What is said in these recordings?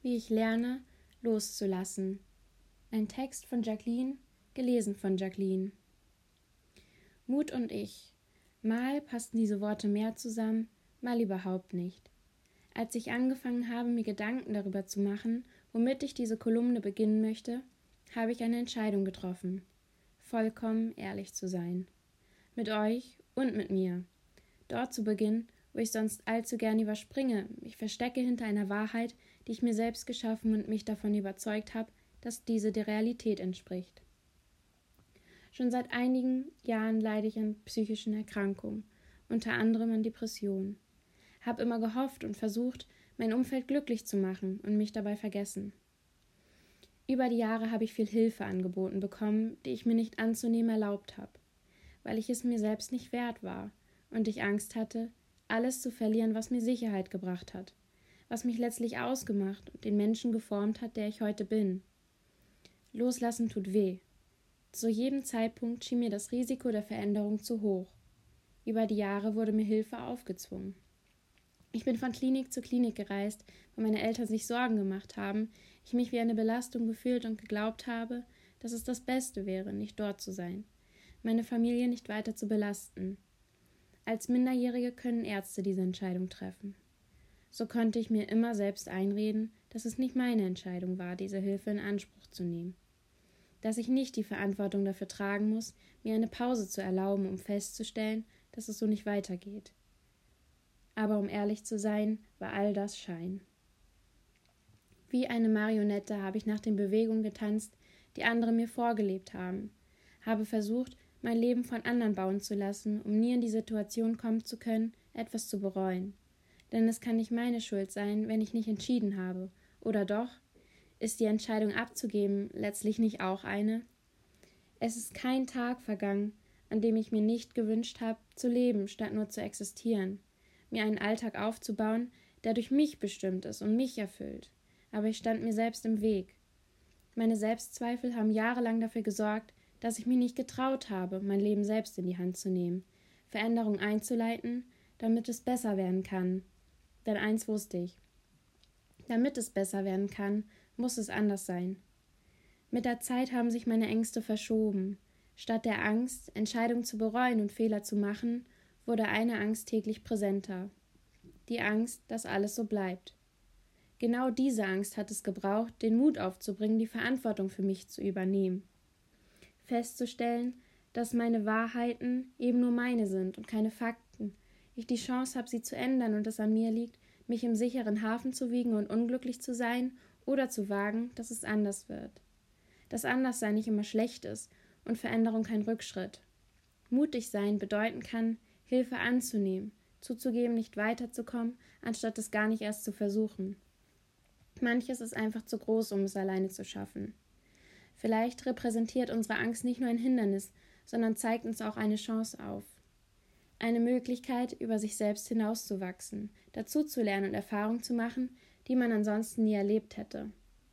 Wie ich lerne, loszulassen. Ein Text von Jacqueline, gelesen von Jacqueline. Mut und ich. Mal passten diese Worte mehr zusammen, mal überhaupt nicht. Als ich angefangen habe, mir Gedanken darüber zu machen, womit ich diese Kolumne beginnen möchte, habe ich eine Entscheidung getroffen. Vollkommen ehrlich zu sein. Mit euch und mit mir. Dort zu beginnen, wo ich sonst allzu gern überspringe, mich verstecke hinter einer Wahrheit, die ich mir selbst geschaffen und mich davon überzeugt habe, dass diese der Realität entspricht. Schon seit einigen Jahren leide ich an psychischen Erkrankungen, unter anderem an Depressionen. Habe immer gehofft und versucht, mein Umfeld glücklich zu machen und mich dabei vergessen. Über die Jahre habe ich viel Hilfe angeboten bekommen, die ich mir nicht anzunehmen erlaubt habe, weil ich es mir selbst nicht wert war und ich Angst hatte, alles zu verlieren, was mir Sicherheit gebracht hat, was mich letztlich ausgemacht und den Menschen geformt hat, der ich heute bin. Loslassen tut weh. Zu jedem Zeitpunkt schien mir das Risiko der Veränderung zu hoch. Über die Jahre wurde mir Hilfe aufgezwungen. Ich bin von Klinik zu Klinik gereist, weil meine Eltern sich Sorgen gemacht haben, ich mich wie eine Belastung gefühlt und geglaubt habe, dass es das Beste wäre, nicht dort zu sein, meine Familie nicht weiter zu belasten. Als Minderjährige können Ärzte diese Entscheidung treffen. So konnte ich mir immer selbst einreden, dass es nicht meine Entscheidung war, diese Hilfe in Anspruch zu nehmen. Dass ich nicht die Verantwortung dafür tragen muss, mir eine Pause zu erlauben, um festzustellen, dass es so nicht weitergeht. Aber um ehrlich zu sein, war all das Schein. Wie eine Marionette habe ich nach den Bewegungen getanzt, die andere mir vorgelebt haben, habe versucht, mein Leben von anderen bauen zu lassen, um nie in die Situation kommen zu können, etwas zu bereuen. Denn es kann nicht meine Schuld sein, wenn ich nicht entschieden habe. Oder doch? Ist die Entscheidung abzugeben letztlich nicht auch eine? Es ist kein Tag vergangen, an dem ich mir nicht gewünscht habe, zu leben, statt nur zu existieren, mir einen Alltag aufzubauen, der durch mich bestimmt ist und mich erfüllt. Aber ich stand mir selbst im Weg. Meine Selbstzweifel haben jahrelang dafür gesorgt, dass ich mich nicht getraut habe, mein Leben selbst in die Hand zu nehmen, Veränderungen einzuleiten, damit es besser werden kann. Denn eins wusste ich: Damit es besser werden kann, muss es anders sein. Mit der Zeit haben sich meine Ängste verschoben. Statt der Angst, Entscheidungen zu bereuen und Fehler zu machen, wurde eine Angst täglich präsenter. Die Angst, dass alles so bleibt. Genau diese Angst hat es gebraucht, den Mut aufzubringen, die Verantwortung für mich zu übernehmen. Festzustellen, dass meine Wahrheiten eben nur meine sind und keine Fakten. Ich die Chance habe, sie zu ändern und es an mir liegt, mich im sicheren Hafen zu wiegen und unglücklich zu sein oder zu wagen, dass es anders wird. Dass Anderssein nicht immer schlecht ist und Veränderung kein Rückschritt. Mutig sein bedeuten kann, Hilfe anzunehmen, zuzugeben, nicht weiterzukommen, anstatt es gar nicht erst zu versuchen. Manches ist einfach zu groß, um es alleine zu schaffen. Vielleicht repräsentiert unsere Angst nicht nur ein Hindernis, sondern zeigt uns auch eine Chance auf. Eine Möglichkeit, über sich selbst hinauszuwachsen, dazuzulernen und Erfahrungen zu machen, die man ansonsten nie erlebt hätte.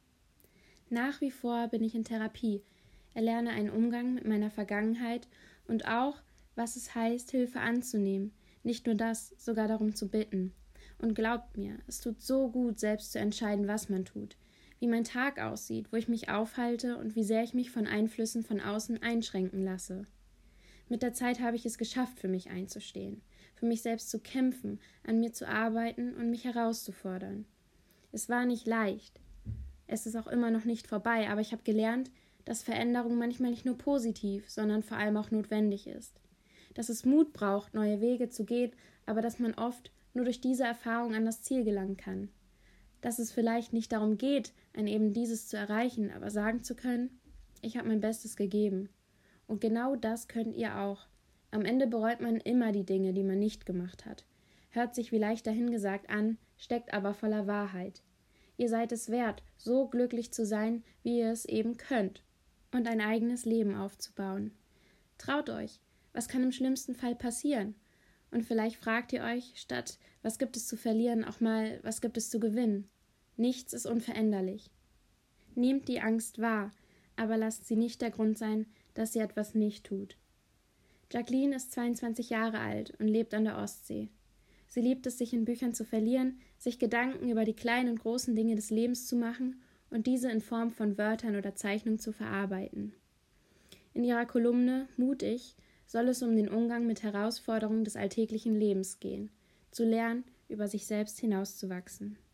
Nach wie vor bin ich in Therapie, erlerne einen Umgang mit meiner Vergangenheit und auch, was es heißt, Hilfe anzunehmen, nicht nur das, sogar darum zu bitten. Und glaubt mir, es tut so gut, selbst zu entscheiden, was man tut, wie mein Tag aussieht, wo ich mich aufhalte und wie sehr ich mich von Einflüssen von außen einschränken lasse. Mit der Zeit habe ich es geschafft, für mich einzustehen, für mich selbst zu kämpfen, an mir zu arbeiten und mich herauszufordern. Es war nicht leicht. Es ist auch immer noch nicht vorbei, aber ich habe gelernt, dass Veränderung manchmal nicht nur positiv, sondern vor allem auch notwendig ist. Dass es Mut braucht, neue Wege zu gehen, aber dass man oft nur durch diese Erfahrung an das Ziel gelangen kann. Dass es vielleicht nicht darum geht, ein eben dieses zu erreichen, aber sagen zu können, ich habe mein Bestes gegeben. Und genau das könnt ihr auch. Am Ende bereut man immer die Dinge, die man nicht gemacht hat. Hört sich wie leicht dahingesagt an, steckt aber voller Wahrheit. Ihr seid es wert, so glücklich zu sein, wie ihr es eben könnt, und ein eigenes Leben aufzubauen. Traut euch, was kann im schlimmsten Fall passieren? Und vielleicht fragt ihr euch, statt was gibt es zu verlieren, auch mal, was gibt es zu gewinnen? Nichts ist unveränderlich. Nehmt die Angst wahr, aber lasst sie nicht der Grund sein, dass sie etwas nicht tut. Jacqueline ist 22 Jahre alt und lebt an der Ostsee. Sie liebt es, sich in Büchern zu verlieren, sich Gedanken über die kleinen und großen Dinge des Lebens zu machen und diese in Form von Wörtern oder Zeichnungen zu verarbeiten. In ihrer Kolumne »Mutig« soll es um den Umgang mit Herausforderungen des alltäglichen Lebens gehen, zu lernen, über sich selbst hinauszuwachsen.